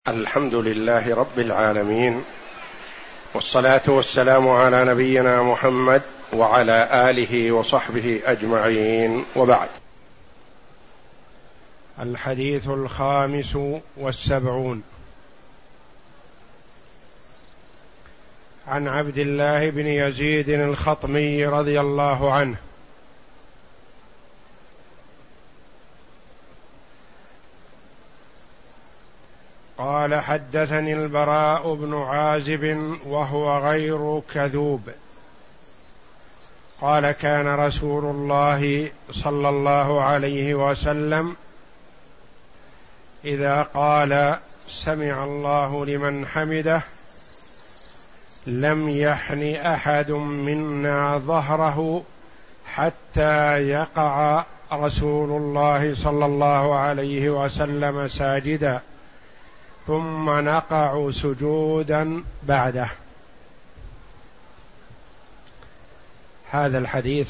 الحمد لله رب العالمين، والصلاة والسلام على نبينا محمد وعلى آله وصحبه أجمعين، وبعد. الحديث 75 عن عبد الله بن يزيد الخطمي رضي الله عنه قال: حدثني البراء بن عازب وهو غير كذوب قال: كان رسول الله صلى الله عليه وسلم إذا قال سمع الله لمن حمده لم يحن أحد منا ظهره حتى يقع رسول الله صلى الله عليه وسلم ساجدا ثم نقع سجودا بعده. هذا الحديث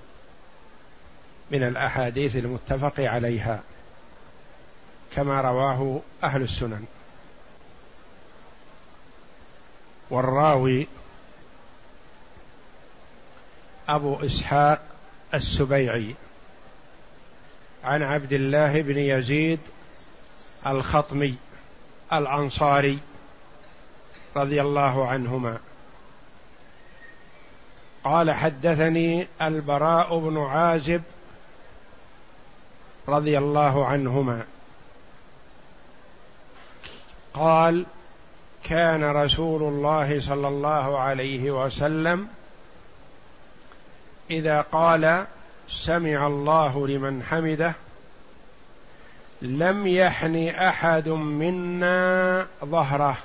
من الأحاديث المتفق عليها كما رواه أهل السنن، والراوي أبو إسحاق السبيعي عن عبد الله بن يزيد الخطمي الأنصاري رضي الله عنهما قال: حدثني البراء بن عازب رضي الله عنهما قال: كان رسول الله صلى الله عليه وسلم إذا قال سمع الله لمن حمده لم يحن أحد منا ظهره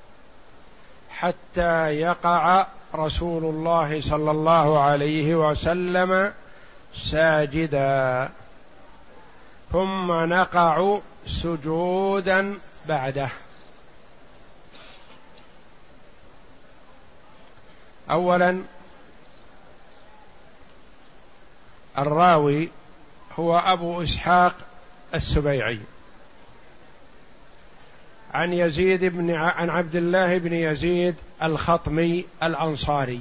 حتى يقع رسول الله صلى الله عليه وسلم ساجدا ثم نقع سجودا بعده. أولا، الراوي هو أبو إسحاق السبيعي عن عبد الله بن يزيد الخطمي الأنصاري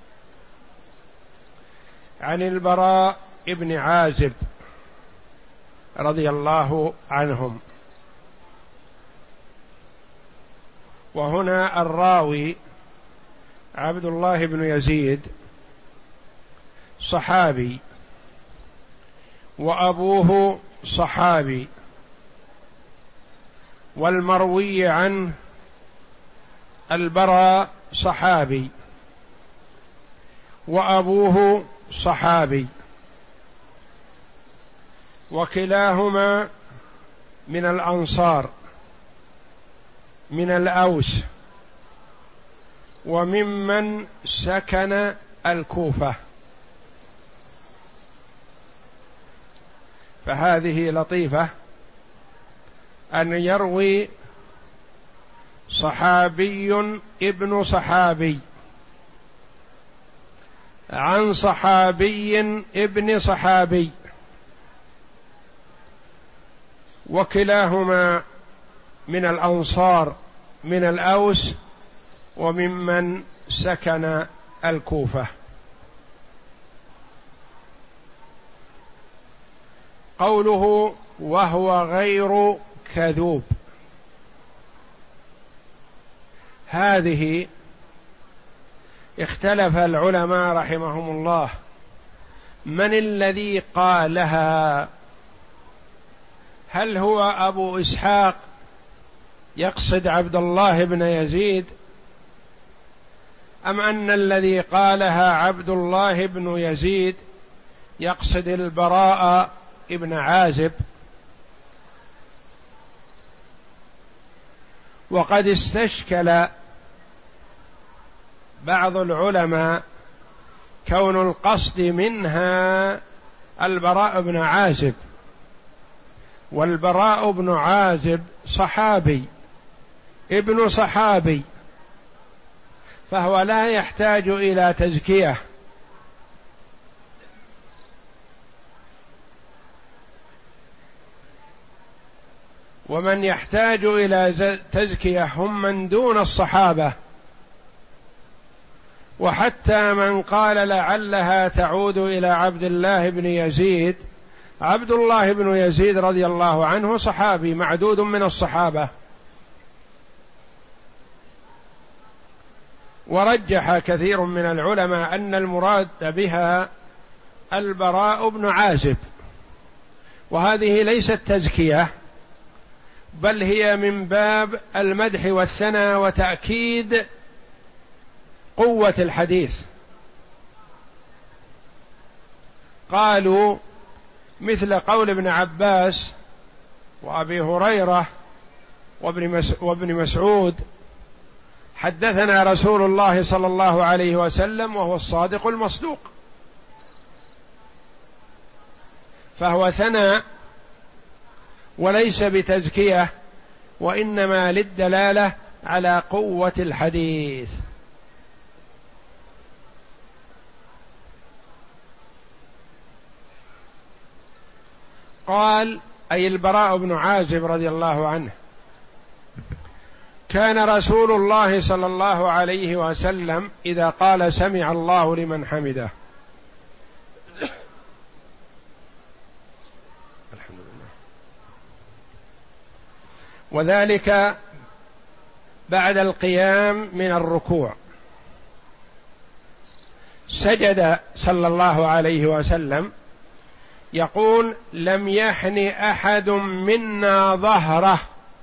عن البراء بن عازب رضي الله عنهم. وهنا الراوي عبد الله بن يزيد صحابي وأبوه صحابي، والمروي عنه البراء صحابي وأبوه صحابي، وكلاهما من الأنصار من الأوس وممن سكن الكوفة. فهذه لطيفة أن يروي صحابي ابن صحابي عن صحابي ابن صحابي، وكلاهما من الأنصار من الأوس وممن سكن الكوفة. قوله وهو غير كذوب، هذه اختلف العلماء رحمهم الله من الذي قالها، هل هو أبو إسحاق يقصد عبد الله بن يزيد، أم أن الذي قالها عبد الله بن يزيد يقصد البراء ابن عازب؟ وقد استشكل بعض العلماء كون القصد منها البراء بن عازب، والبراء بن عازب صحابي ابن صحابي، فهو لا يحتاج إلى تزكية. ومن يحتاج إلى تزكية هم من دون الصحابة، وحتى من قال لعلها تعود إلى عبد الله بن يزيد. عبد الله بن يزيد رضي الله عنه صحابي معدود من الصحابة، ورجح كثير من العلماء أن المراد بها البراء بن عازب، وهذه ليست تزكية بل هي من باب المدح والثناء وتأكيد قوة الحديث. قالوا مثل قول ابن عباس وأبي هريرة وابن مسعود: حدثنا رسول الله صلى الله عليه وسلم وهو الصادق المصدوق. فهو ثناء وليس بتزكية، وإنما للدلالة على قوة الحديث. قال أي البراء بن عازب رضي الله عنه: كان رسول الله صلى الله عليه وسلم إذا قال سمع الله لمن حمده، الحمد لله، وذلك بعد القيام من الركوع، سجد صلى الله عليه وسلم يقول: لم يحن أحد منا ظهره،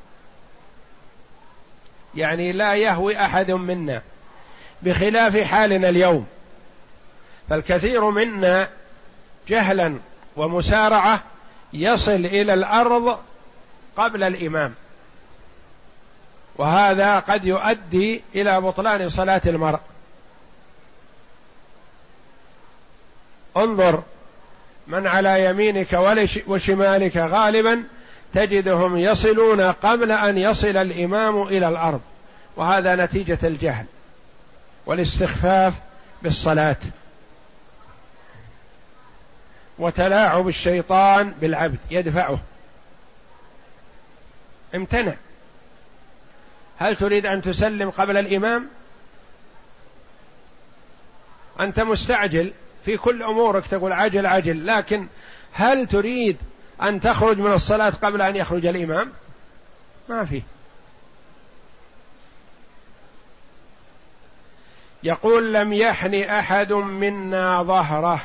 يعني لا يهوي أحد منا، بخلاف حالنا اليوم، فالكثير منا جهلا ومسارعة يصل إلى الأرض قبل الإمام، وهذا قد يؤدي إلى بطلان صلاة المرء. انظر من على يمينك وشمالك غالبا تجدهم يصلون قبل أن يصل الإمام إلى الأرض، وهذا نتيجة الجهل والاستخفاف بالصلاة وتلاعب الشيطان بالعبد يدفعه. امتنع. هل تريد أن تسلم قبل الإمام؟ أنت مستعجل في كل أمورك، تقول عجل عجل، لكن هل تريد أن تخرج من الصلاة قبل أن يخرج الإمام؟ ما في. يقول: لم يحن أحد منا ظهره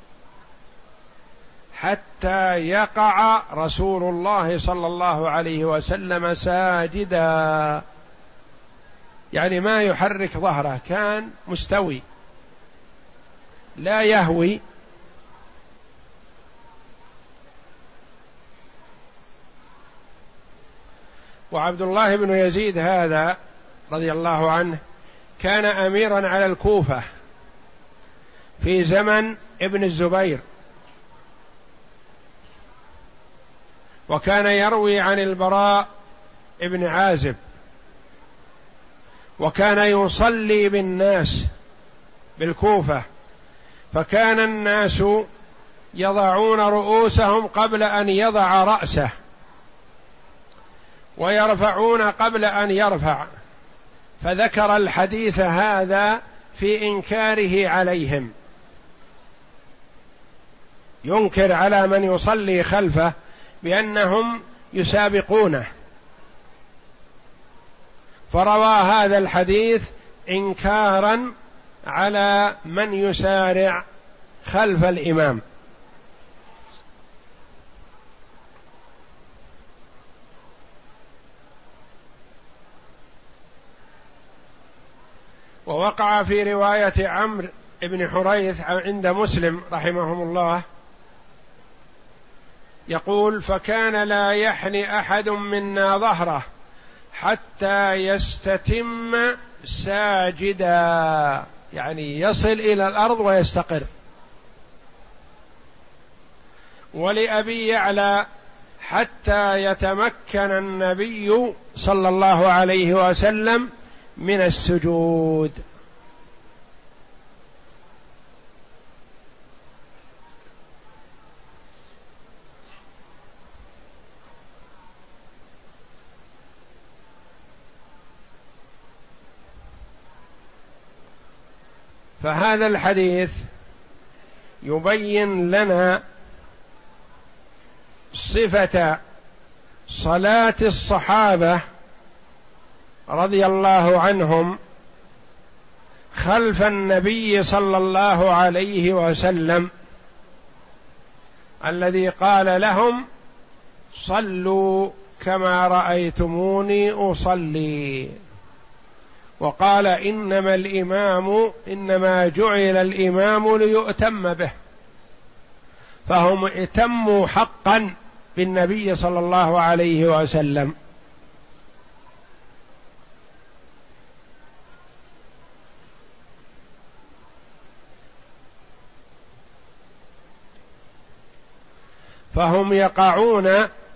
حتى يقع رسول الله صلى الله عليه وسلم ساجدا، يعني ما يحرك ظهره، كان مستوي لا يهوي. وعبد الله بن يزيد هذا رضي الله عنه كان أميرا على الكوفة في زمن ابن الزبير، وكان يروي عن البراء ابن عازب، وكان يصلي بالناس بالكوفة، فكان الناس يضعون رؤوسهم قبل أن يضع رأسه، ويرفعون قبل أن يرفع، فذكر الحديث هذا في إنكاره عليهم، ينكر على من يصلي خلفه بأنهم يسابقونه، فروى هذا الحديث إنكارا على من يسارع خلف الإمام. ووقع في رواية عمرو بن حريث عند مسلم رحمهم الله يقول: فكان لا يحن أحد منا ظهره حتى يستتم ساجدا، يعني يصل إلى الأرض ويستقر. ولأبي يعلى: حتى يتمكن النبي صلى الله عليه وسلم من السجود. فهذا الحديث يبين لنا صفة صلاة الصحابة رضي الله عنهم خلف النبي صلى الله عليه وسلم، الذي قال لهم: صلوا كما رأيتموني أصلي. وقال: إنما جعل الإمام ليؤتم به، فهم ائتموا حقا بالنبي صلى الله عليه وسلم. فهم يقعون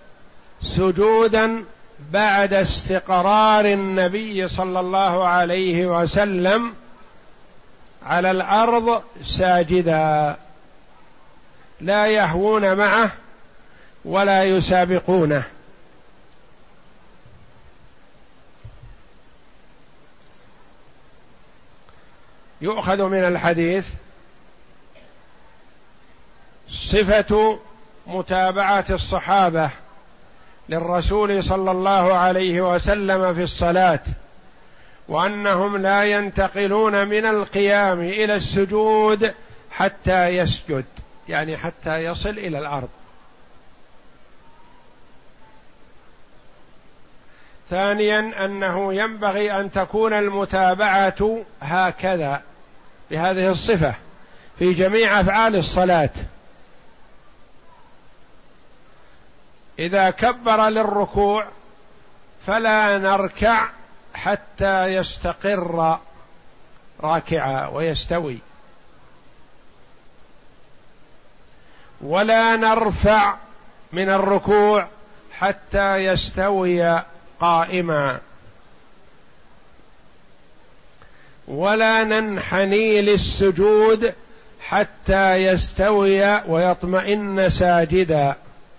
سجودا بعد استقرار النبي صلى الله عليه وسلم على الأرض ساجدا، لا يهوون معه ولا يسابقونه. يؤخذ من الحديث صفة متابعة الصحابة للرسول صلى الله عليه وسلم في الصلاة، وأنهم لا ينتقلون من القيام إلى السجود حتى يسجد، يعني حتى يصل إلى الأرض. ثانيا أنه ينبغي أن تكون المتابعة هكذا بهذه الصفة في جميع أفعال الصلاة. إذا كبر للركوع فلا نركع حتى يستقر راكعا ويستوي، ولا نرفع من الركوع حتى يستوي قائما، ولا ننحني للسجود حتى يستوي ويطمئن ساجدا،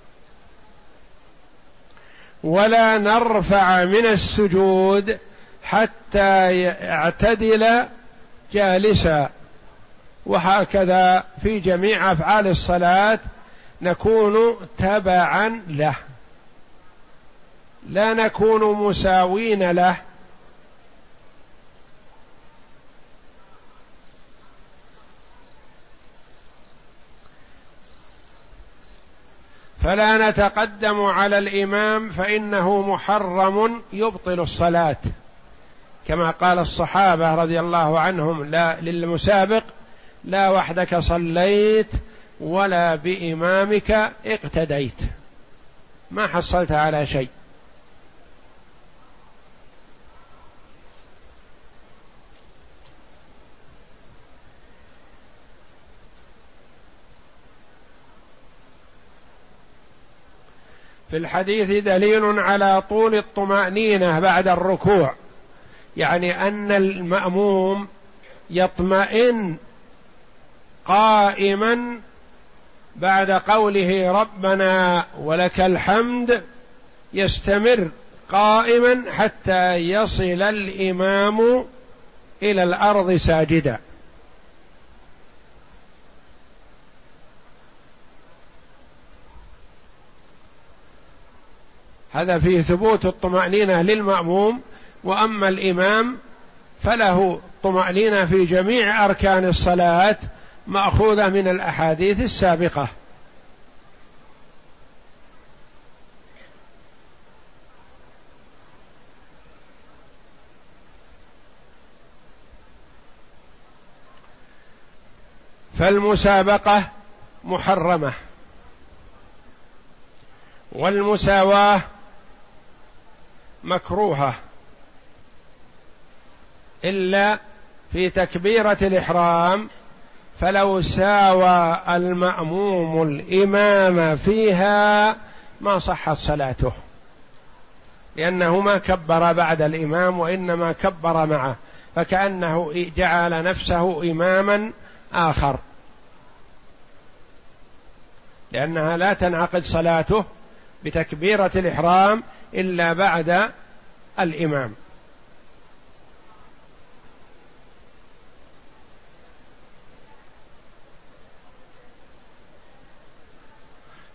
ولا نرفع من السجود حتى يعتدل جالسا. وهكذا في جميع أفعال الصلاة نكون تبعا له، لا نكون مساوين له، فلا نتقدم على الإمام فإنه محرم يبطل الصلاة، كما قال الصحابة رضي الله عنهم لا للمسابق: لا وحدك صليت ولا بإمامك اقتديت، ما حصلت على شيء. في الحديث دليل على طول الطمأنينة بعد الركوع، يعني أن المأموم يطمئن قائما بعد قوله ربنا ولك الحمد، يستمر قائما حتى يصل الإمام إلى الأرض ساجدا. هذا فيه ثبوت الطمأنينة للمأموم، وأما الإمام فله طمأنينة في جميع أركان الصلاة مأخوذة من الأحاديث السابقة. فالمسابقة محرمة، والمساواة مكروهة، إلا في تكبيرة الإحرام، فلو ساوى المأموم الإمام فيها ما صحت صلاته، لأنه ما كبر بعد الإمام وإنما كبر معه، فكأنه جعل نفسه إماما آخر، لأنها لا تنعقد صلاته بتكبيرة الإحرام إلا بعد الإمام.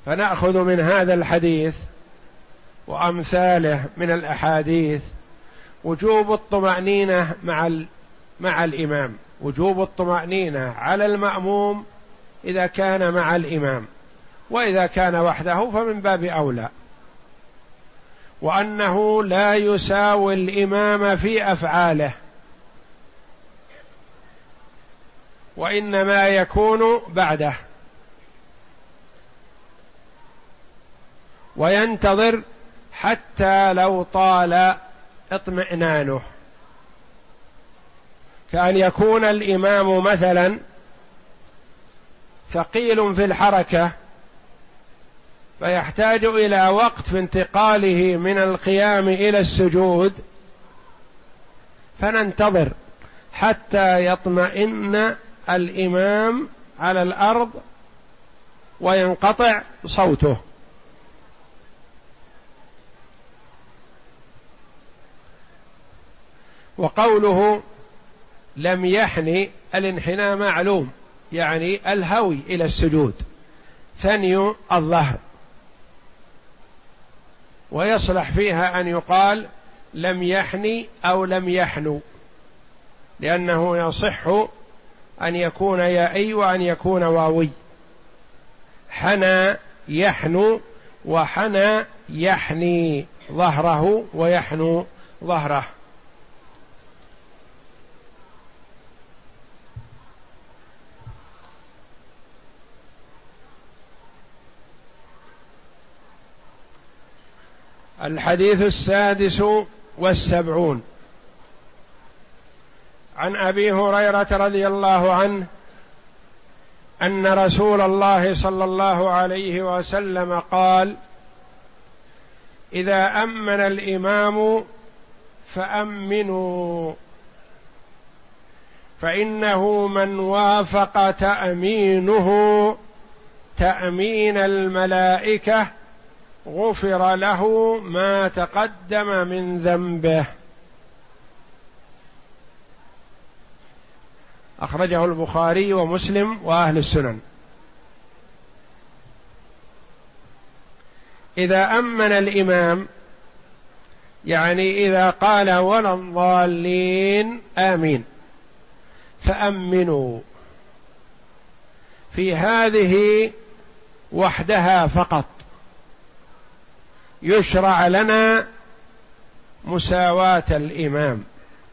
فنأخذ من هذا الحديث وأمثاله من الأحاديث وجوب الطمأنينة مع الإمام، وجوب الطمأنينة على المأموم إذا كان مع الإمام، وإذا كان وحده فمن باب أولى، وأنه لا يساوي الإمام في أفعاله، وإنما يكون بعده، وينتظر حتى لو طال اطمئنانه، كأن يكون الإمام مثلا ثقيل في الحركة فيحتاج إلى وقت في انتقاله من القيام إلى السجود، فننتظر حتى يطمئن الإمام على الأرض وينقطع صوته. وقوله لم يحن، الانحناء معلوم، يعني الهوي إلى السجود، ثني الظهر، ويصلح فيها أن يقال لم يحن أو لم يحنوا، لأنه يصح أن يكون يائي وأن يكون واوي. حنى يحنو، وحنى يحني ظهره ويحنو ظهره. الحديث 76 عن أبي هريرة رضي الله عنه أن رسول الله صلى الله عليه وسلم قال: إذا أمن الإمام فأمنوا، فإنه من وافق تأمينه تأمين الملائكة غفر له ما تقدم من ذنبه. أخرجه البخاري ومسلم وأهل السنن. إذا أمن الإمام يعني إذا قال ولا الضالين آمين فأمنوا، في هذه وحدها فقط يشرع لنا مساواة الإمام.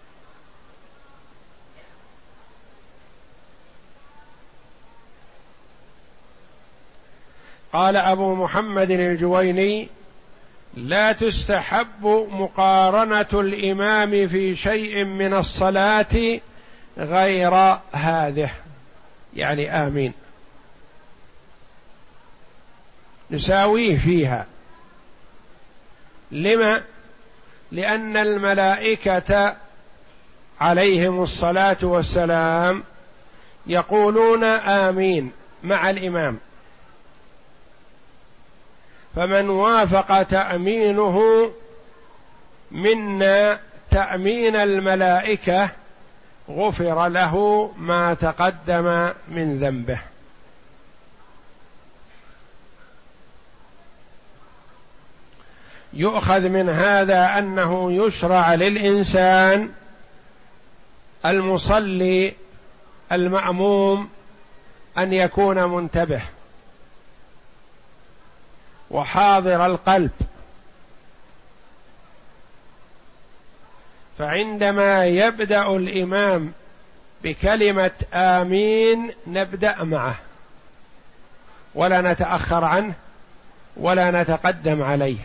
قال أبو محمد الجويني: لا تستحب مقارنة الإمام في شيء من الصلاة غير هذه، يعني آمين، نساويه فيها. لما؟ لأن الملائكة عليهم الصلاة والسلام يقولون آمين مع الإمام، فمن وافق تأمينه منا تأمين الملائكة غفر له ما تقدم من ذنبه. يؤخذ من هذا أنه يشرع للإنسان المصلي المأموم أن يكون منتبه وحاضر القلب، فعندما يبدأ الإمام بكلمة آمين نبدأ معه ولا نتأخر عنه ولا نتقدم عليه،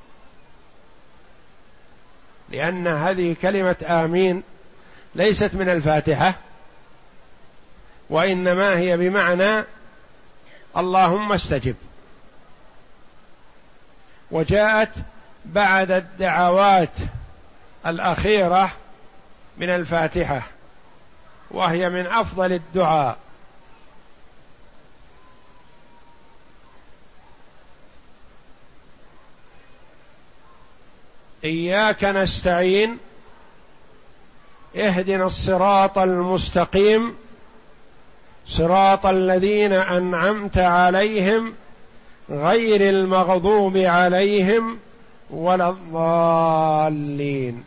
لأن هذه كلمة آمين ليست من الفاتحة، وإنما هي بمعنى اللهم استجب، وجاءت بعد الدعوات الأخيرة من الفاتحة، وهي من أفضل الدعاء. إياك نستعين اهدنا الصراط المستقيم صراط الذين أنعمت عليهم غير المغضوب عليهم ولا الضالين.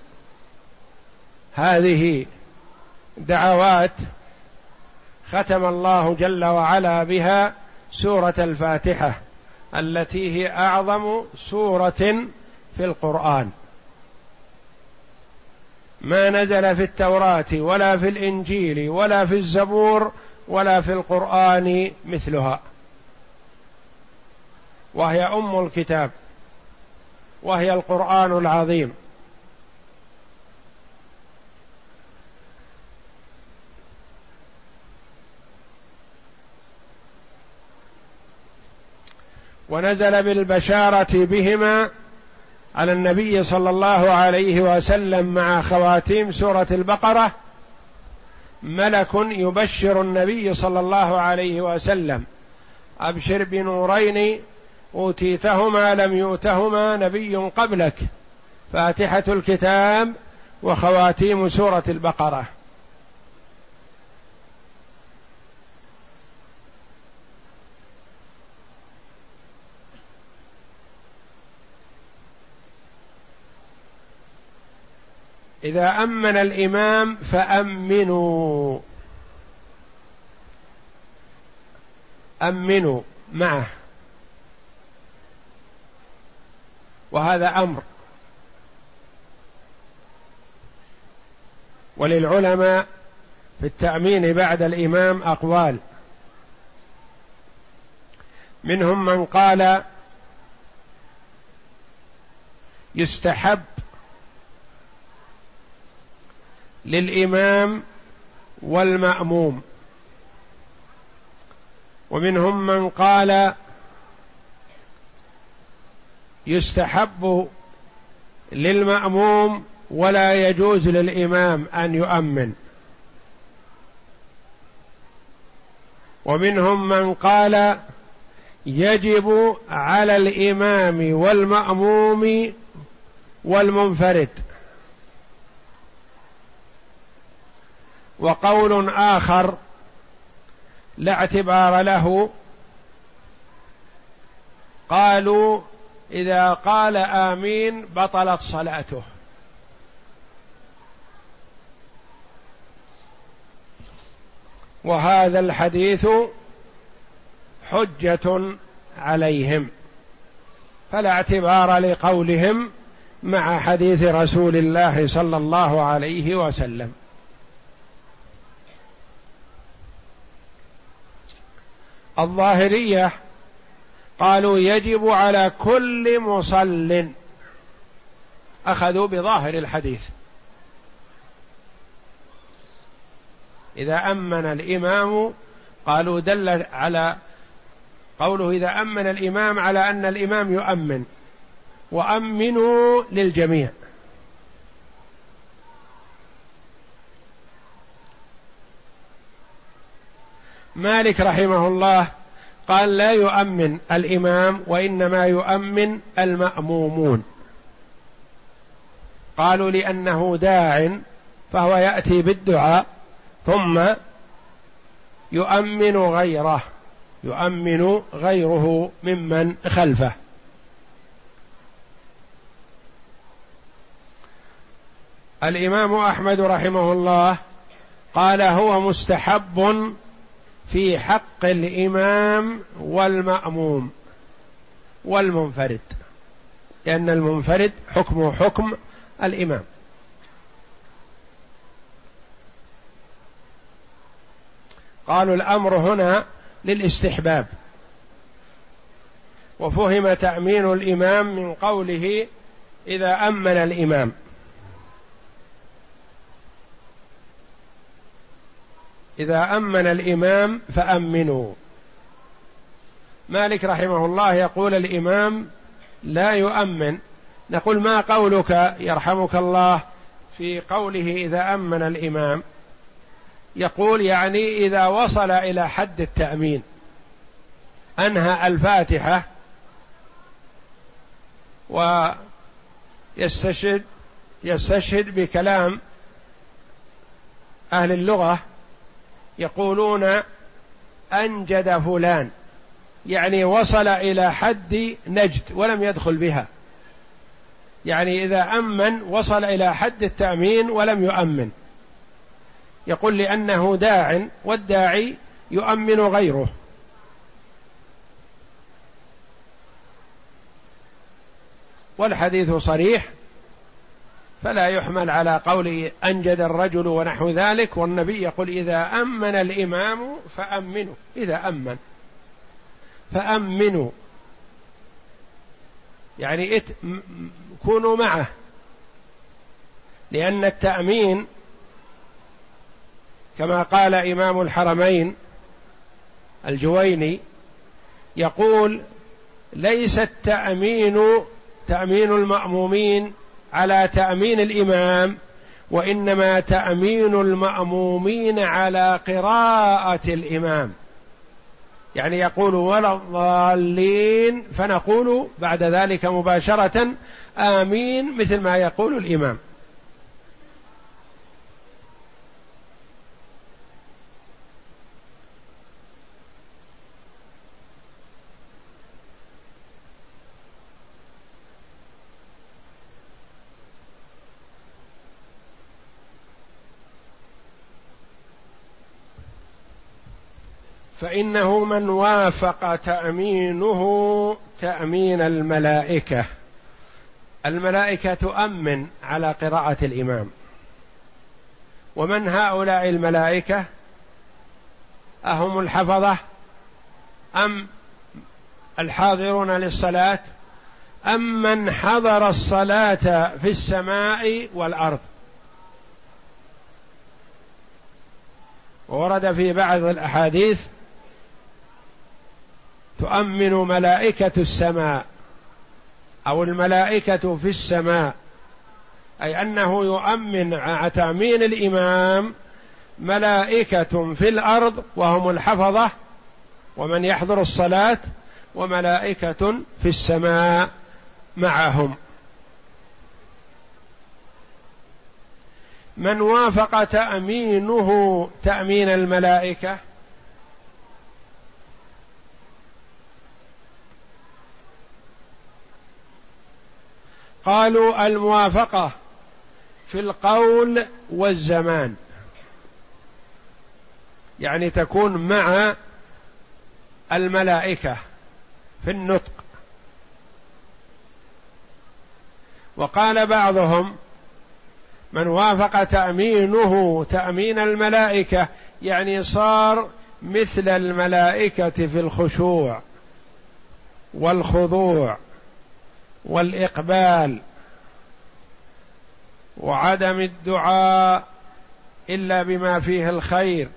هذه دعوات ختم الله جل وعلا بها سورة الفاتحة التي هي أعظم سورة في القرآن، ما نزل في التوراة ولا في الإنجيل ولا في الزبور ولا في القرآن مثلها، وهي أم الكتاب، وهي القرآن العظيم. ونزل بالبشارة بهما على النبي صلى الله عليه وسلم مع خواتيم سورة البقرة ملك يبشر النبي صلى الله عليه وسلم: أبشر بنورين أوتيتهما لم يؤتهما نبي قبلك، فاتحة الكتاب وخواتيم سورة البقرة. إذا أمن الإمام فأمنوا، أمنوا معه، وهذا أمر. وللعلماء في التأمين بعد الإمام أقوال، منهم من قال يستحب للإمام والمأموم، ومنهم من قال يستحب للمأموم ولا يجوز للإمام أن يؤمن، ومنهم من قال يجب على الإمام والمأموم والمنفرد. وقول آخر لا اعتبار له، قالوا إذا قال آمين بطلت صلاته. وهذا الحديث حجة عليهم، فلا اعتبار لقولهم مع حديث رسول الله صلى الله عليه وسلم. الظاهرية قالوا يجب على كل مصل، أخذوا بظاهر الحديث. إذا أمن الإمام، قالوا دل على قوله إذا أمن الإمام على أن الإمام يؤمن، وأمنوا للجميع. مالك رحمه الله قال لا يؤمن الإمام وإنما يؤمن المأمومون، قالوا لأنه داع فهو يأتي بالدعاء ثم يؤمن غيره ممن خلفه. الإمام أحمد رحمه الله قال هو مستحب في حق الإمام والمأموم والمنفرد، لأن المنفرد حكمه حكم الإمام. قالوا الأمر هنا للاستحباب، وفهم تأمين الإمام من قوله إذا أمن الإمام. إذا أمن الإمام فأمنوا. مالك رحمه الله يقول الإمام لا يؤمن. نقول ما قولك يرحمك الله في قوله إذا أمن الإمام؟ يقول يعني إذا وصل إلى حد التأمين، أنهى الفاتحة ويستشهد بكلام أهل اللغة، يقولون أنجد فلان، يعني وصل إلى حد نجد ولم يدخل بها، يعني إذا أمن وصل إلى حد التأمين ولم يؤمن، يقول لأنه داع والداعي يؤمن غيره. والحديث صريح فلا يحمل على قول أنجد الرجل ونحو ذلك، والنبي يقول إذا أمن الإمام فأمنوا، إذا أمن فأمنوا، يعني كونوا معه، لأن التأمين كما قال إمام الحرمين الجويني يقول ليس التأمين تأمين المأمومين على تأمين الإمام، وإنما تأمين المأمومين على قراءة الإمام، يعني يقول ولا الضالين فنقول بعد ذلك مباشرة آمين مثل ما يقول الإمام. فإنه من وافق تأمينه تأمين الملائكة، الملائكة تؤمن على قراءة الإمام. ومن هؤلاء الملائكة؟ أهم الحفظة أم الحاضرون للصلاة أم من حضر الصلاة في السماء والأرض؟ ورد في بعض الأحاديث تؤمن ملائكة السماء أو الملائكة في السماء، أي أنه يؤمن على تأمين الإمام ملائكة في الأرض وهم الحفظة ومن يحضر الصلاة، وملائكة في السماء معهم. من وافق تأمينه تأمين الملائكة قالوا الموافقة في القول والزمان، يعني تكون مع الملائكة في النطق. وقال بعضهم من وافق تأمينه تأمين الملائكة يعني صار مثل الملائكة في الخشوع والخضوع والإقبال وعدم الدعاء إلا بما فيه الخير،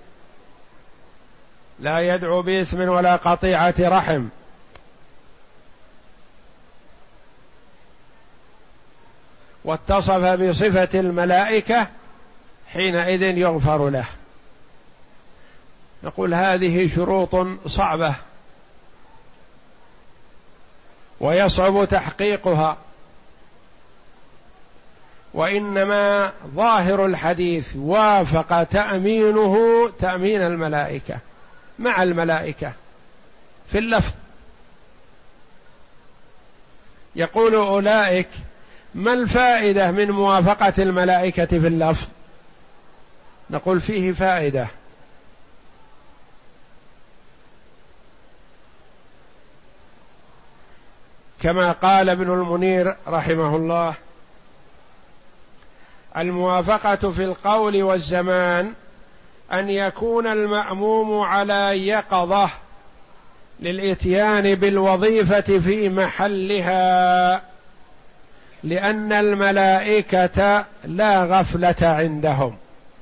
لا يدعو باسم ولا قطيعة رحم، واتصف بصفة الملائكة حينئذ يغفر له. نقول هذه شروط صعبة ويصعب تحقيقها، وإنما ظاهر الحديث وافق تأمينه تأمين الملائكة مع الملائكة في اللفظ. يقول أولئك ما الفائدة من موافقة الملائكة في اللفظ؟ نقول فيه فائدة، كما قال ابن المنير رحمه الله الموافقة في القول والزمان أن يكون المأموم على يقظة للإتيان بالوظيفة في محلها، لأن الملائكة لا غفلة عندهم،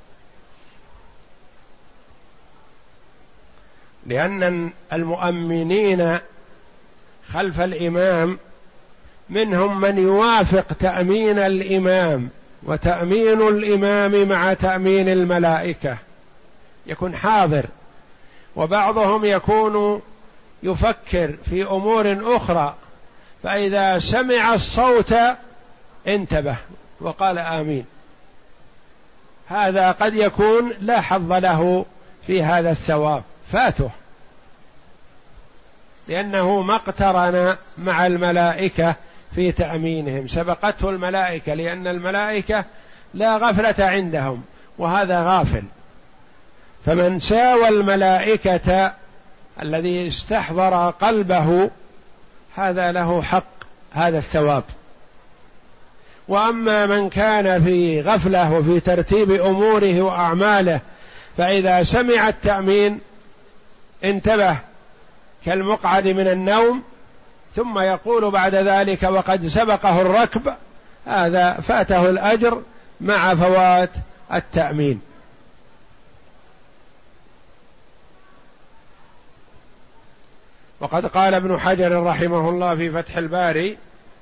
لأن المؤمنين خلف الإمام منهم من يوافق تأمين الإمام، وتأمين الإمام مع تأمين الملائكة يكون حاضر، وبعضهم يكون يفكر في أمور أخرى، فإذا سمع الصوت انتبه وقال آمين. هذا قد يكون لا حظ له في هذا الثواب، فاته. لأنه ما اقترن مع الملائكة في تأمينهم، سبقته الملائكة، لأن الملائكة لا غفلة عندهم وهذا غافل. فمن ساوى الملائكة الذي استحضر قلبه هذا له حق هذا الثواب. وأما من كان في غفلة وفي ترتيب أموره وأعماله فإذا سمع التأمين انتبه كالمقعد من النوم ثم يقول بعد ذلك وقد سبقه الركب، هذا فاته الأجر مع فوات التأمين. وقد قال ابن حجر رحمه الله في فتح الباري: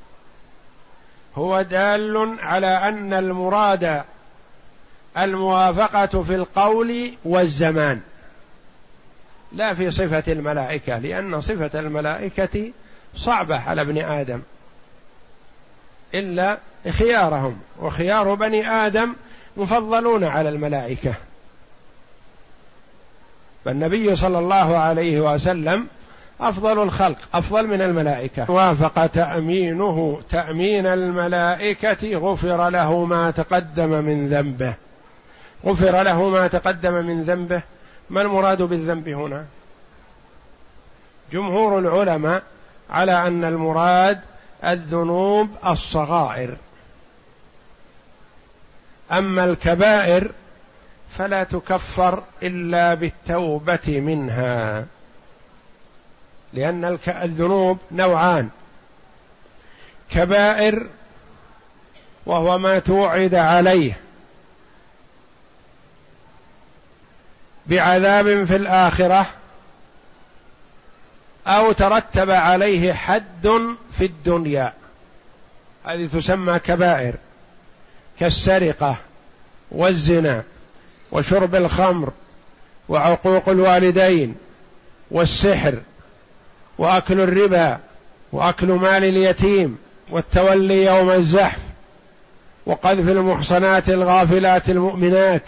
هو دال على أن المراد الموافقة في القول والزمان لا في صفة الملائكة، لأن صفة الملائكة صعبة على ابن آدم إلا خيارهم، وخيار بني آدم مفضلون على الملائكة. فالنبي صلى الله عليه وسلم أفضل الخلق، أفضل من الملائكة. وافق تأمينه تأمين الملائكة غفر له ما تقدم من ذنبه. غفر له ما تقدم من ذنبه، ما المراد بالذنب هنا؟ جمهور العلماء على أن المراد الذنوب الصغائر، أما الكبائر فلا تكفر إلا بالتوبة منها، لأن الذنوب نوعان: كبائر وهو ما توعد عليه بعذاب في الآخرة أو ترتب عليه حد في الدنيا، هذه تسمى كبائر، كالسرقة والزنا وشرب الخمر وعقوق الوالدين والسحر وأكل الربا وأكل مال اليتيم والتولي يوم الزحف وقذف المحصنات الغافلات المؤمنات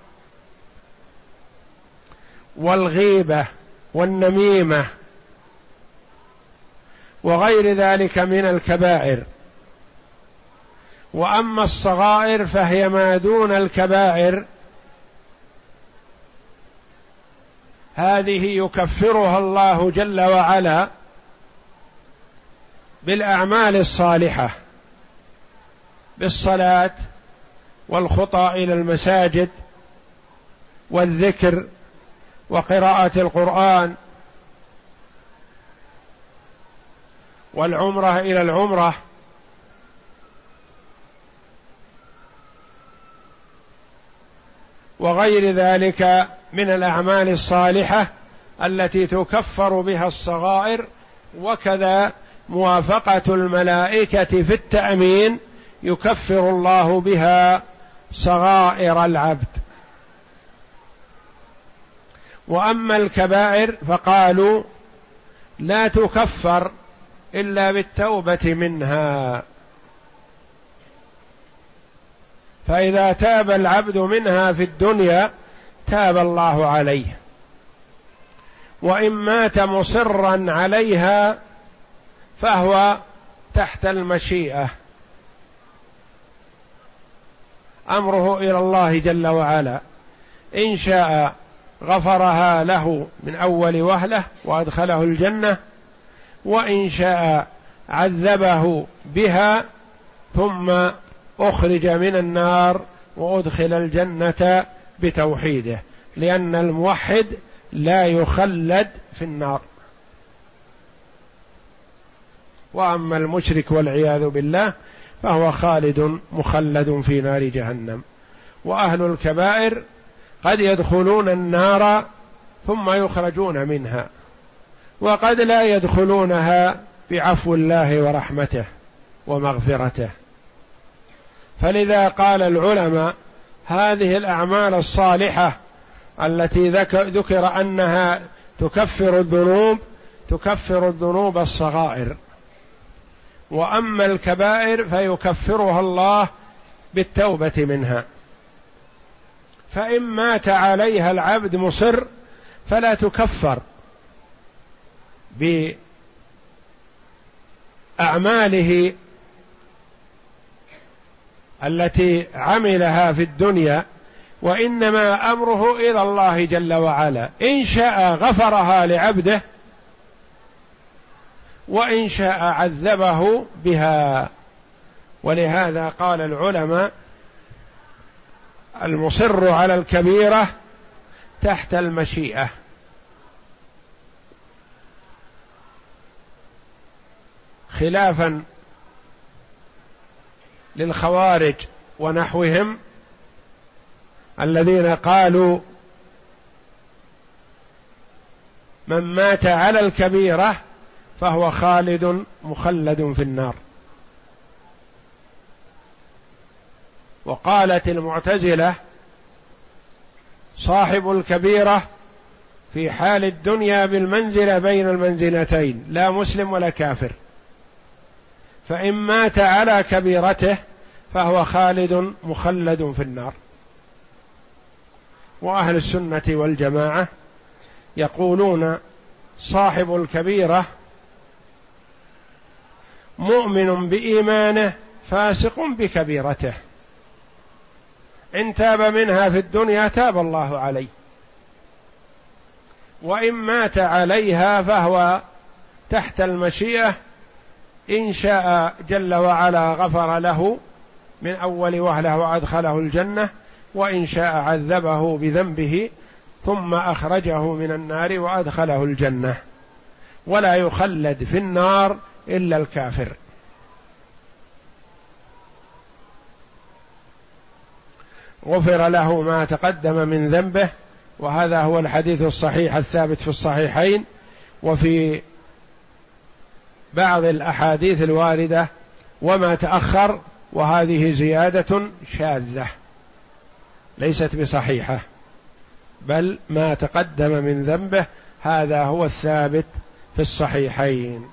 والغيبة والنميمة وغير ذلك من الكبائر. وأما الصغائر فهي ما دون الكبائر، هذه يكفرها الله جل وعلا بالأعمال الصالحة، بالصلاة والخطى إلى المساجد والذكر وقراءة القرآن والعمرة إلى العمرة وغير ذلك من الأعمال الصالحة التي تكفر بها الصغائر. وكذا موافقة الملائكة في التأمين يكفر الله بها صغائر العبد. وأما الكبائر فقالوا لا تكفر إلا بالتوبة منها، فإذا تاب العبد منها في الدنيا تاب الله عليه، وإن مات مصرا عليها فهو تحت المشيئة، أمره إلى الله جل وعلا، إن شاء غفرها له من أول وهلة وأدخله الجنة، وإن شاء عذبه بها ثم أخرج من النار وأدخل الجنة بتوحيده، لأن الموحد لا يخلد في النار. وأما المشرك والعياذ بالله فهو خالد مخلد في نار جهنم. وأهل الكبائر قد يدخلون النار ثم يخرجون منها، وقد لا يدخلونها بعفو الله ورحمته ومغفرته. فلذا قال العلماء هذه الأعمال الصالحة التي ذكر أنها تكفر الذنوب تكفر الذنوب الصغائر، وأما الكبائر فيكفرها الله بالتوبة منها. فإن مات عليها العبد مصر فلا تكفر أعماله التي عملها في الدنيا، وإنما أمره إلى الله جل وعلا، إن شاء غفرها لعبده وإن شاء عذبه بها. ولهذا قال العلماء: المصر على الكبيرة تحت المشيئة، خلافا للخوارج ونحوهم الذين قالوا: من مات على الكبيرة فهو خالد مخلد في النار. وقالت المعتزلة: صاحب الكبيرة في حال الدنيا بالمنزلة بين المنزلتين، لا مسلم ولا كافر، فإن مات على كبيرته فهو خالد مخلد في النار. وأهل السنة والجماعة يقولون: صاحب الكبيرة مؤمن بإيمانه فاسق بكبيرته، إن تاب منها في الدنيا تاب الله عليه، وإن مات عليها فهو تحت المشيئة، إن شاء جل وعلا غفر له من أول وهلة وأدخله الجنة، وإن شاء عذبه بذنبه ثم أخرجه من النار وأدخله الجنة، ولا يخلد في النار إلا الكافر. غفر له ما تقدم من ذنبه، وهذا هو الحديث الصحيح الثابت في الصحيحين، وفي بعض الأحاديث الواردة وما تأخر، وهذه زيادة شاذة ليست بصحيحة، بل ما تقدم من ذنبه هذا هو الثابت في الصحيحين.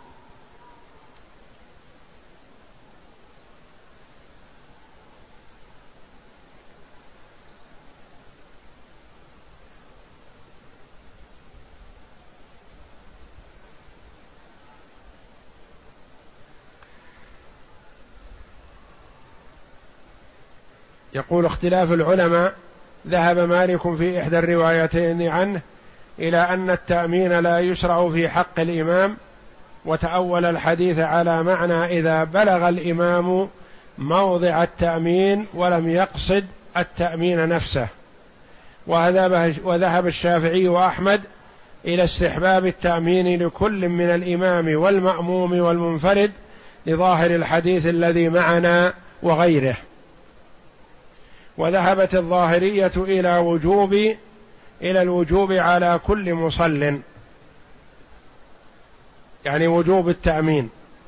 يقول: اختلاف العلماء، ذهب مالك في إحدى الروايتين عنه إلى أن التأمين لا يشرع في حق الإمام، وتأول الحديث على معنى إذا بلغ الإمام موضع التأمين ولم يقصد التأمين نفسه. وذهب الشافعي وأحمد إلى استحباب التأمين لكل من الإمام والمأموم والمنفرد لظاهر الحديث الذي معنا وغيره. وذهبت الظاهرية إلى الوجوب على كل مصل، يعني وجوب التأمين.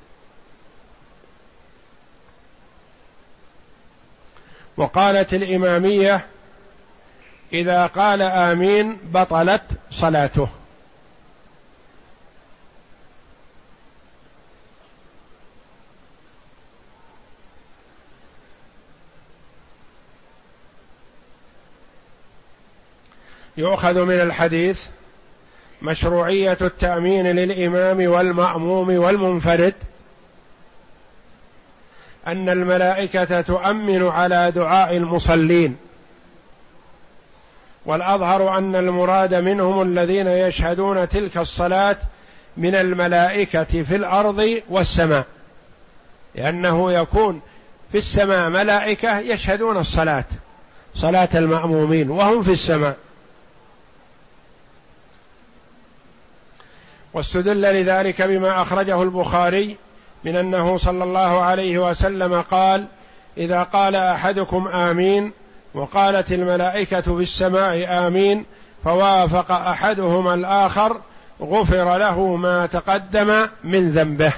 وقالت الإمامية: إذا قال آمين بطلت صلاته. يؤخذ من الحديث مشروعية التأمين للإمام والمأموم والمنفرد، أن الملائكة تؤمن على دعاء المصلين، والأظهر أن المراد منهم الذين يشهدون تلك الصلاة من الملائكة في الأرض والسماء، لأنه يكون في السماء ملائكة يشهدون الصلاة، صلاة المأمومين وهم في السماء. واستدل لذلك بما أخرجه البخاري من أنه صلى الله عليه وسلم قال: إذا قال أحدكم آمين وقالت الملائكة في السماء آمين فوافق أحدهما الآخر غفر له ما تقدم من ذنبه.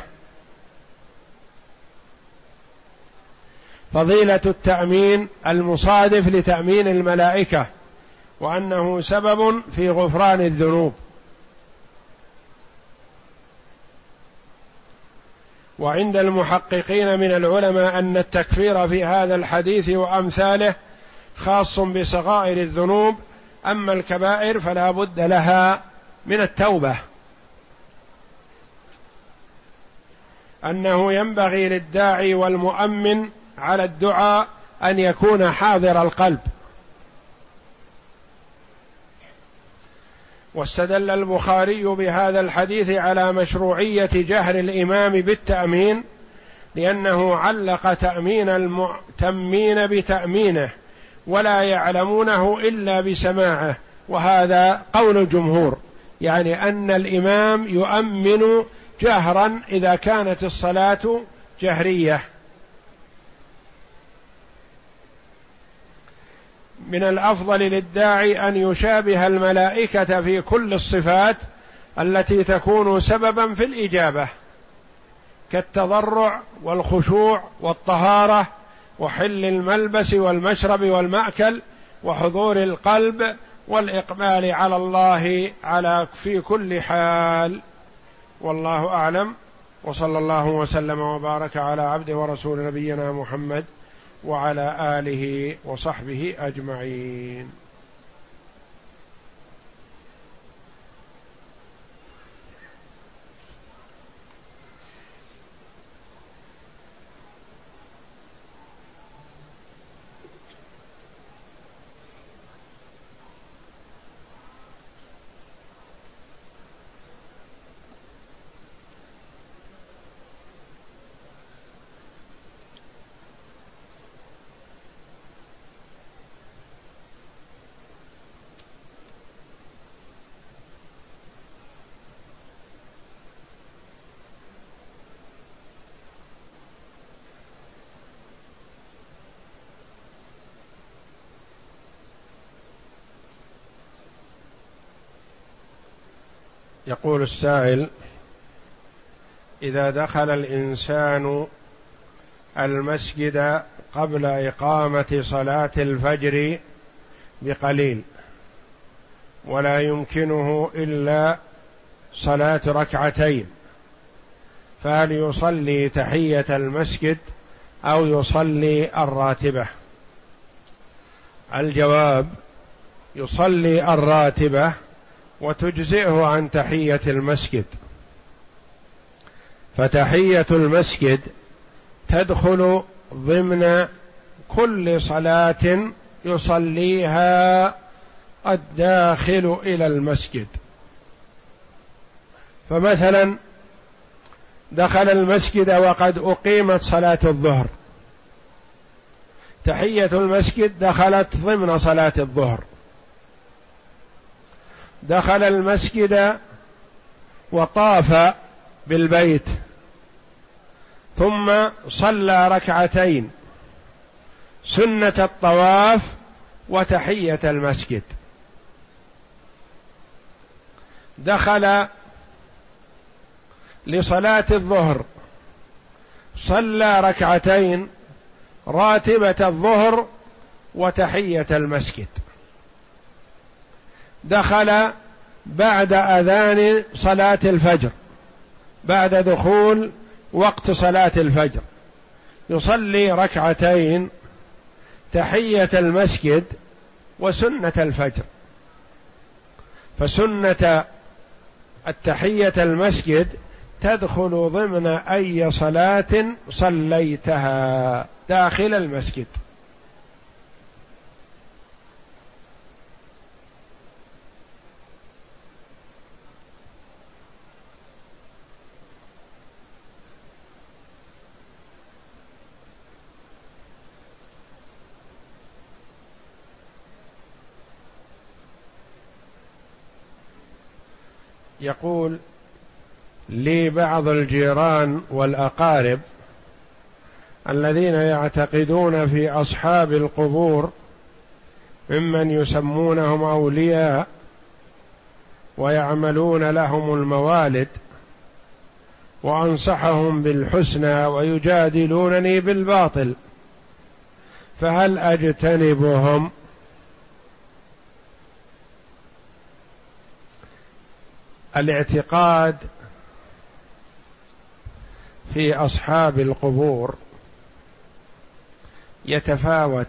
فضيلة التأمين المصادف لتأمين الملائكة، وأنه سبب في غفران الذنوب. وعند المحققين من العلماء أن التكفير في هذا الحديث وأمثاله خاص بصغائر الذنوب، أما الكبائر فلا بد لها من التوبة. أنه ينبغي للداعي والمؤمن على الدعاء أن يكون حاضر القلب. واستدل البخاري بهذا الحديث على مشروعية جهر الإمام بالتأمين، لأنه علق تأمين المؤتمين بتأمينه ولا يعلمونه إلا بسماعه، وهذا قول الجمهور، يعني أن الإمام يؤمن جهرا إذا كانت الصلاة جهرية. من الأفضل للداعي أن يشابه الملائكة في كل الصفات التي تكون سببا في الإجابة، كالتضرع والخشوع والطهارة وحل الملبس والمشرب والمأكل وحضور القلب والإقبال على الله في كل حال. والله أعلم، وصلى الله وسلم وبارك على عبده ورسول نبينا محمد وعلى آله وصحبه أجمعين. يقول السائل: إذا دخل الإنسان المسجد قبل إقامة صلاة الفجر بقليل ولا يمكنه إلا صلاة ركعتين، فهل يصلي تحية المسجد أو يصلي الراتبة؟ الجواب: يصلي الراتبة وتجزئه عن تحية المسجد، فتحية المسجد تدخل ضمن كل صلاة يصليها الداخل إلى المسجد. فمثلا دخل المسجد وقد أقيمت صلاة الظهر، تحية المسجد دخلت ضمن صلاة الظهر. دخل المسجد وطاف بالبيت ثم صلى ركعتين سنة الطواف وتحية المسجد. دخل لصلاة الظهر صلى ركعتين راتبة الظهر وتحية المسجد. دخل بعد أذان صلاة الفجر، بعد دخول وقت صلاة الفجر، يصلي ركعتين تحية المسجد وسنة الفجر. فسنة التحية المسجد تدخل ضمن أي صلاة صليتها داخل المسجد. يقول: لي بعض الجيران والأقارب الذين يعتقدون في أصحاب القبور ممن يسمونهم أولياء ويعملون لهم الموالد، وأنصحهم بالحسنى ويجادلونني بالباطل، فهل أجتنبهم؟ الاعتقاد في أصحاب القبور يتفاوت.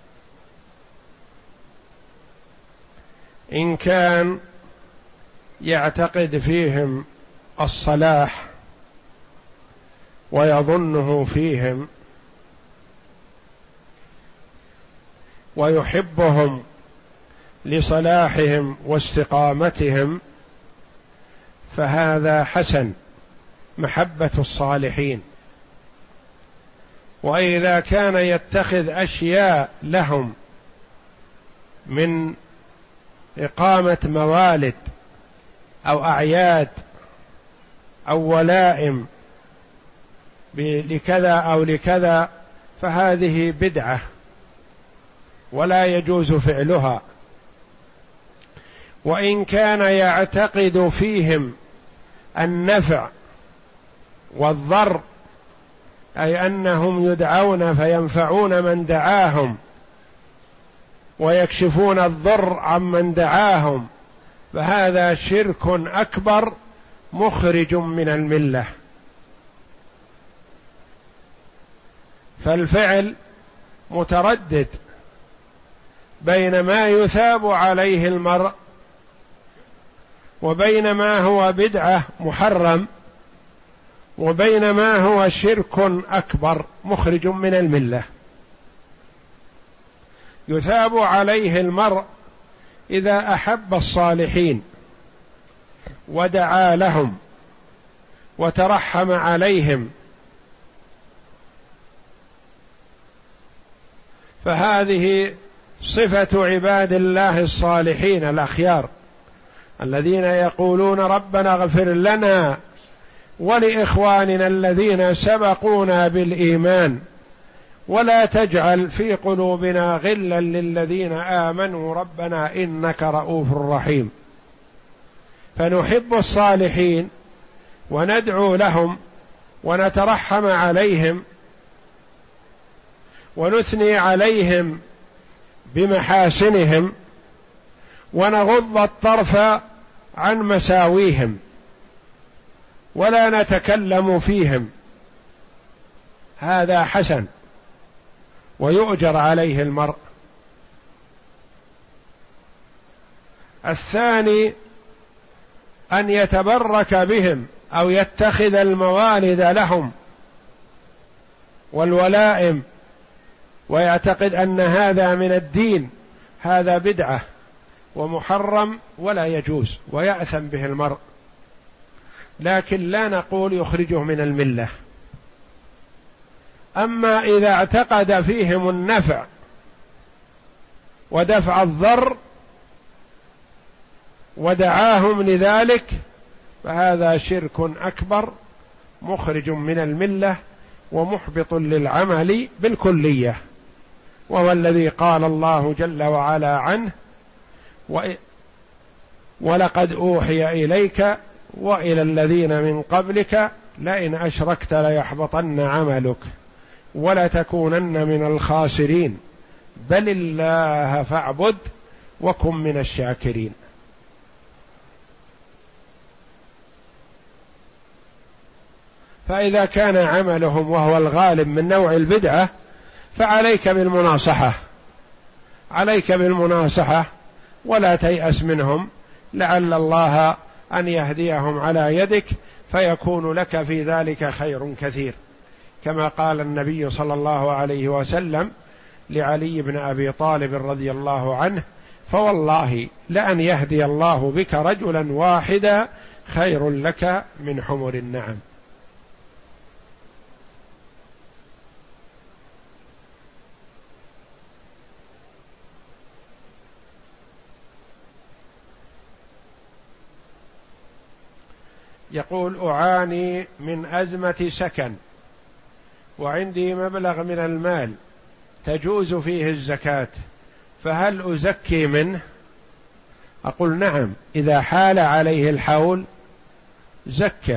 إن كان يعتقد فيهم الصلاح ويظنه فيهم ويحبهم لصلاحهم واستقامتهم، فهذا حسن، محبة الصالحين. وإذا كان يتخذ أشياء لهم من إقامة موالد أو أعياد أو ولائم لكذا أو لكذا، فهذه بدعة ولا يجوز فعلها. وإن كان يعتقد فيهم النفع والضر، أي أنهم يدعون فينفعون من دعاهم ويكشفون الضر عمن دعاهم، فهذا شرك أكبر مخرج من الملة. فالفعل متردد بين ما يثاب عليه المرء وبين ما هو بدعة محرم وبين ما هو شرك أكبر مخرج من الملة. يثاب عليه المرء إذا أحب الصالحين ودعا لهم وترحم عليهم، فهذه صفة عباد الله الصالحين الأخيار الذين يقولون ربنا اغفر لنا ولإخواننا الذين سبقونا بالإيمان ولا تجعل في قلوبنا غلا للذين آمنوا ربنا إنك رؤوف رحيم. فنحب الصالحين وندعو لهم ونترحم عليهم ونثني عليهم بمحاسنهم ونغض الطرف عن مساويهم ولا نتكلم فيهم، هذا حسن ويؤجر عليه المرء. الثاني أن يتبرك بهم أو يتخذ الموالد لهم والولائم ويعتقد أن هذا من الدين، هذا بدعة ومحرم ولا يجوز ويأثم به المرء، لكن لا نقول يخرجه من الملة. أما إذا اعتقد فيهم النفع ودفع الضر ودعاهم لذلك، فهذا شرك أكبر مخرج من الملة ومحبط للعمل بالكلية، وهو الذي قال الله جل وعلا عنه: ولقد أوحي إليك وإلى الذين من قبلك لئن أشركت ليحبطن عملك ولتكونن من الخاسرين بل الله فاعبد وكن من الشاكرين. فإذا كان عملهم وهو الغالب من نوع البدعة فعليك بالمناصحة، عليك بالمناصحة ولا تيأس منهم، لعل الله أن يهديهم على يدك فيكون لك في ذلك خير كثير، كما قال النبي صلى الله عليه وسلم لعلي بن أبي طالب رضي الله عنه: فوالله لأن يهدي الله بك رجلا واحدا خير لك من حمر النعم. يقول: أعاني من أزمة سكن وعندي مبلغ من المال تجوز فيه الزكاة، فهل أزكي منه؟ أقول: نعم، إذا حال عليه الحول زكه.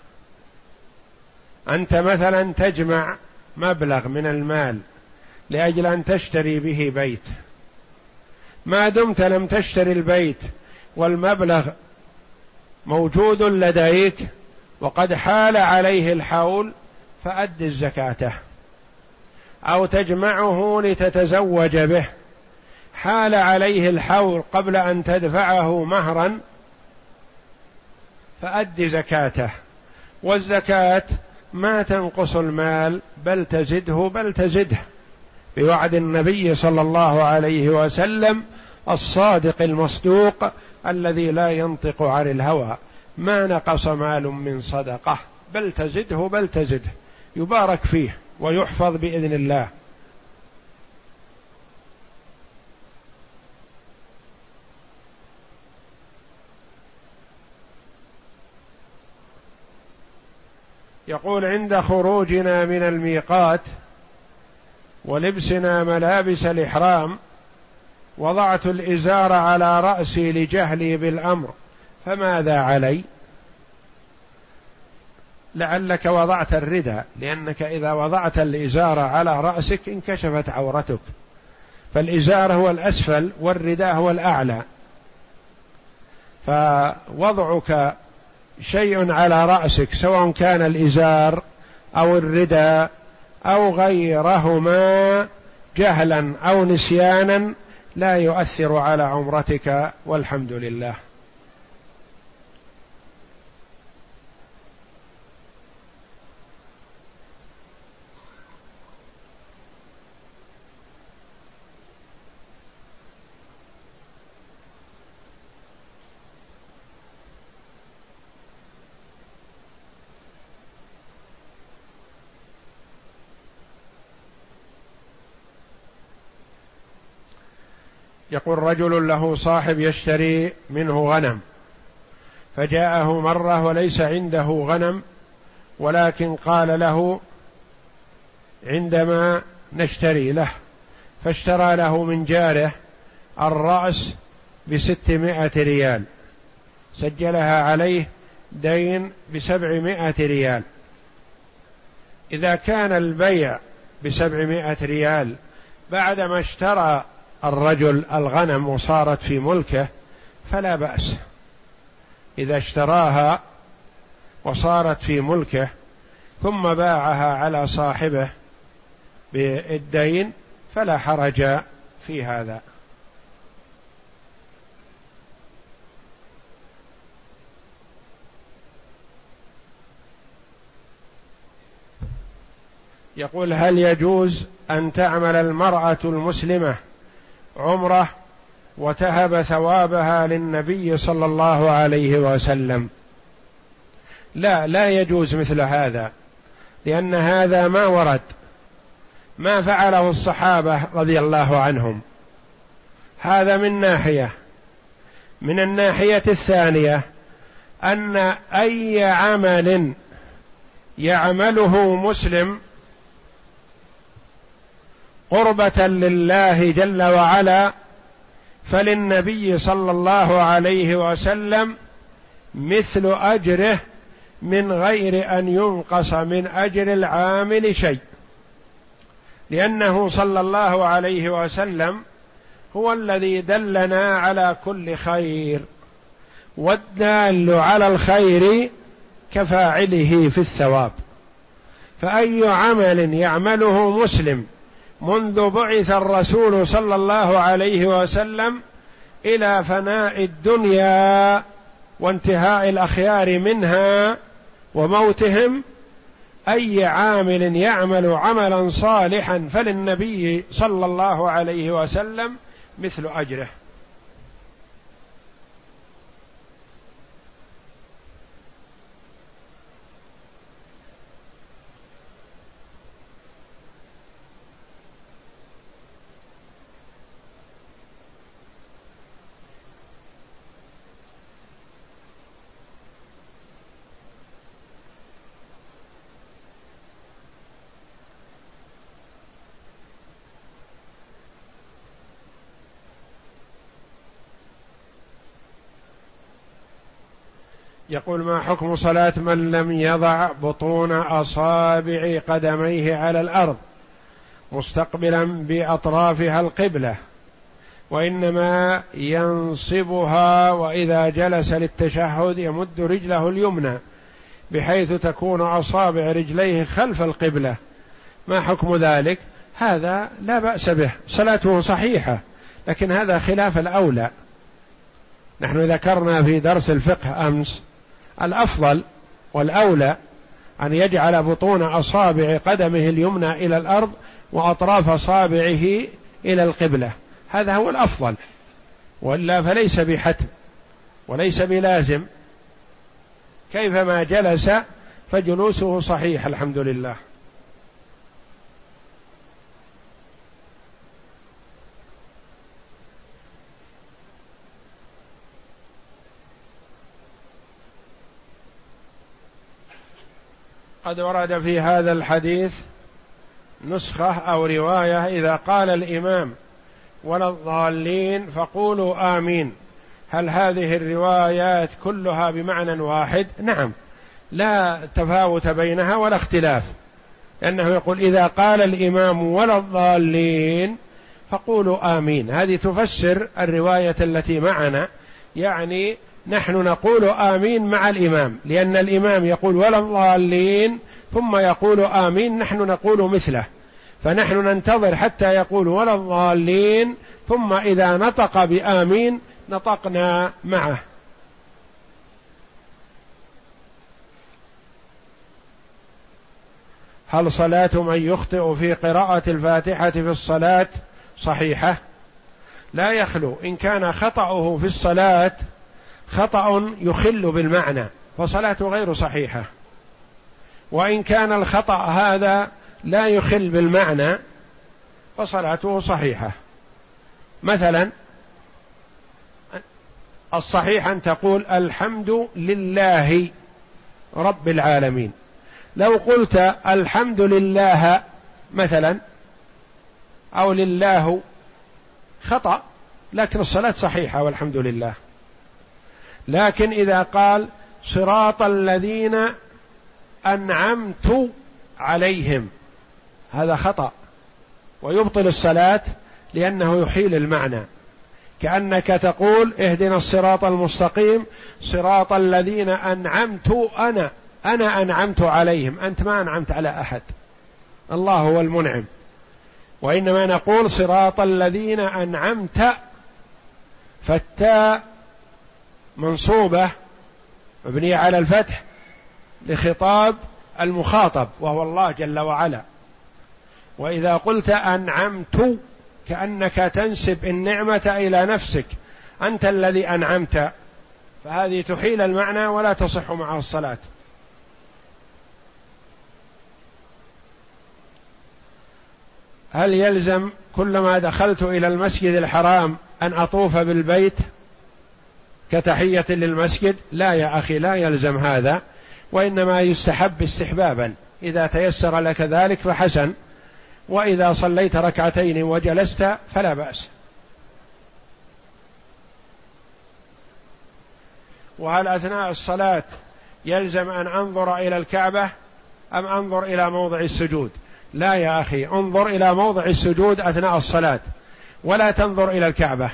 أنت مثلا تجمع مبلغ من المال لأجل أن تشتري به بيت، ما دمت لم تشتري البيت والمبلغ موجود لديك وقد حال عليه الحول فأد الزكاة، أو تجمعه لتتزوج به، حال عليه الحول قبل أن تدفعه مهرا فأد زكاته. والزكاة ما تنقص المال بل تزده بل تزده، بوعد النبي صلى الله عليه وسلم الصادق المصدوق الذي لا ينطق عن الهوى: ما نقص مال من صدقة بل تزده بل تزده، يبارك فيه ويحفظ بإذن الله. يقول: عند خروجنا من الميقات ولبسنا ملابس الإحرام وضعت الإزار على رأسي لجهلي بالأمر، فماذا علي؟ لعلك وضعت الرداء، لأنك إذا وضعت الإزار على رأسك انكشفت عورتك، فالإزار هو الأسفل والرداء هو الأعلى، فوضعك شيء على رأسك سواء كان الإزار أو الرداء أو غيرهما جهلا أو نسيانا لا يؤثر على عمرتك، والحمد لله. يقول: رجل له صاحب يشتري منه غنم، فجاءه مرة وليس عنده غنم، ولكن قال له عندما نشتري له، فاشترى له من جاره الرأس ب600 ريال، سجلها عليه دين ب700 ريال. إذا كان البيع ب700 ريال بعدما اشترى الرجل الغنم وصارت في ملكه فلا بأس، إذا اشتراها وصارت في ملكه ثم باعها على صاحبه بالدين فلا حرج في هذا. يقول: هل يجوز أن تعمل المرأة المسلمة عمرة وتهب ثوابها للنبي صلى الله عليه وسلم؟ لا يجوز مثل هذا، لأن هذا ما ورد، ما فعله الصحابة رضي الله عنهم. هذا من ناحية. من الناحية الثانية أن أي عمل يعمله مسلم قربة لله جل وعلا فللنبي صلى الله عليه وسلم مثل أجره من غير أن ينقص من أجر العامل شيء، لأنه صلى الله عليه وسلم هو الذي دلنا على كل خير، والدال على الخير كفاعله في الثواب. فأي عمل يعمله مسلم منذ بعث الرسول صلى الله عليه وسلم إلى فناء الدنيا وانتهاء الأخيار منها وموتهم، أي عامل يعمل عملا صالحا فللنبي صلى الله عليه وسلم مثل أجره. يقول: ما حكم صلاة من لم يضع بطون أصابع قدميه على الأرض مستقبلا بأطرافها القبلة، وإنما ينصبها وإذا جلس للتشهد يمد رجله اليمنى بحيث تكون أصابع رجليه خلف القبلة، ما حكم ذلك؟ هذا لا بأس به، صلاته صحيحة، لكن هذا خلاف الأولى. نحن ذكرنا في درس الفقه أمس الأفضل والأولى أن يجعل بطون أصابع قدمه اليمنى إلى الأرض وأطراف أصابعه إلى القبلة، هذا هو الأفضل، وإلا فليس بحتم وليس بلازم، كيفما جلس فجلوسه صحيح الحمد لله. قد ورد في هذا الحديث نسخة أو رواية: إذا قال الإمام ولا الضالين فقولوا آمين. هل هذه الروايات كلها بمعنى واحد؟ نعم، لا تفاوت بينها ولا اختلاف، لأنه يقول إذا قال الإمام ولا الضالين فقولوا آمين، هذه تفسر الرواية التي معنا، يعني نحن نقول آمين مع الإمام، لأن الإمام يقول ولا الضالين ثم يقول آمين، نحن نقول مثله، فنحن ننتظر حتى يقول ولا الضالين، ثم إذا نطق بآمين نطقنا معه. هل صلاة من يخطئ في قراءة الفاتحة في الصلاة صحيحة؟ لا يخلو، إن كان خطأه في الصلاة خطأ يخل بالمعنى فصلاته غير صحيحة، وإن كان الخطأ هذا لا يخل بالمعنى فصلاته صحيحة. مثلا الصحيح أن تقول الحمد لله رب العالمين، لو قلت الحمد لله مثلا أو لله خطأ، لكن الصلاة صحيحة والحمد لله. لكن إذا قال صراط الذين أنعمت عليهم، هذا خطأ ويبطل الصلاة، لأنه يحيل المعنى، كأنك تقول اهدنا الصراط المستقيم صراط الذين أنعمت أنا أنعمت عليهم، أنت ما أنعمت على أحد، الله هو المنعم، وإنما نقول صراط الذين أنعمت، فالتاء منصوبة مبنية على الفتح لخطاب المخاطب وهو الله جل وعلا، وإذا قلت أنعمت كأنك تنسب النعمة إلى نفسك، أنت الذي أنعمت، فهذه تحيل المعنى ولا تصح معه الصلاة. هل يلزم كلما دخلت إلى المسجد الحرام أن أطوف بالبيت كتحية للمسجد؟ لا يا أخي، لا يلزم هذا، وإنما يستحب استحبابا، إذا تيسر لك ذلك فحسن، وإذا صليت ركعتين وجلست فلا بأس. وهل أثناء الصلاة يلزم أن أنظر إلى الكعبة أم أنظر إلى موضع السجود؟ لا يا أخي، انظر إلى موضع السجود أثناء الصلاة ولا تنظر إلى الكعبة.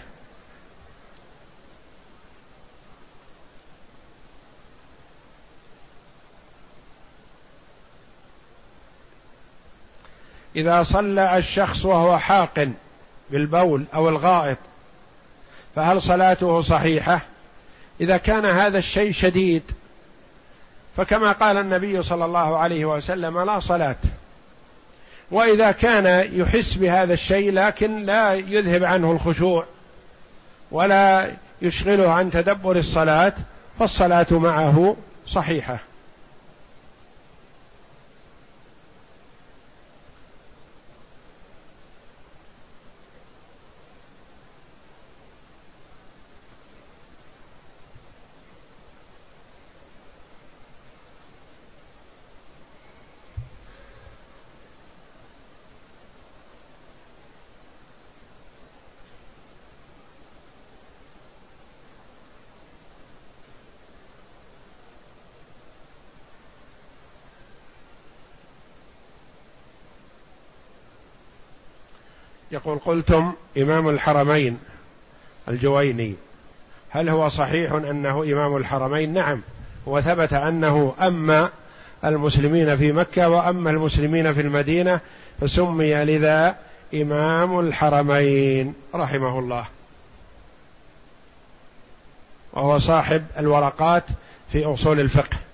إذا صلى الشخص وهو حاقن بالبول أو الغائط فهل صلاته صحيحة؟ إذا كان هذا الشيء شديد فكما قال النبي صلى الله عليه وسلم لا صلاة، وإذا كان يحس بهذا الشيء لكن لا يذهب عنه الخشوع ولا يشغله عن تدبر الصلاة فالصلاة معه صحيحة. يقول قلتم إمام الحرمين الجويني، هل هو صحيح أنه إمام الحرمين؟ نعم، وثبت أنه أما المسلمين في مكة وأما المسلمين في المدينة، فسمي لذا إمام الحرمين رحمه الله، وهو صاحب الورقات في أصول الفقه.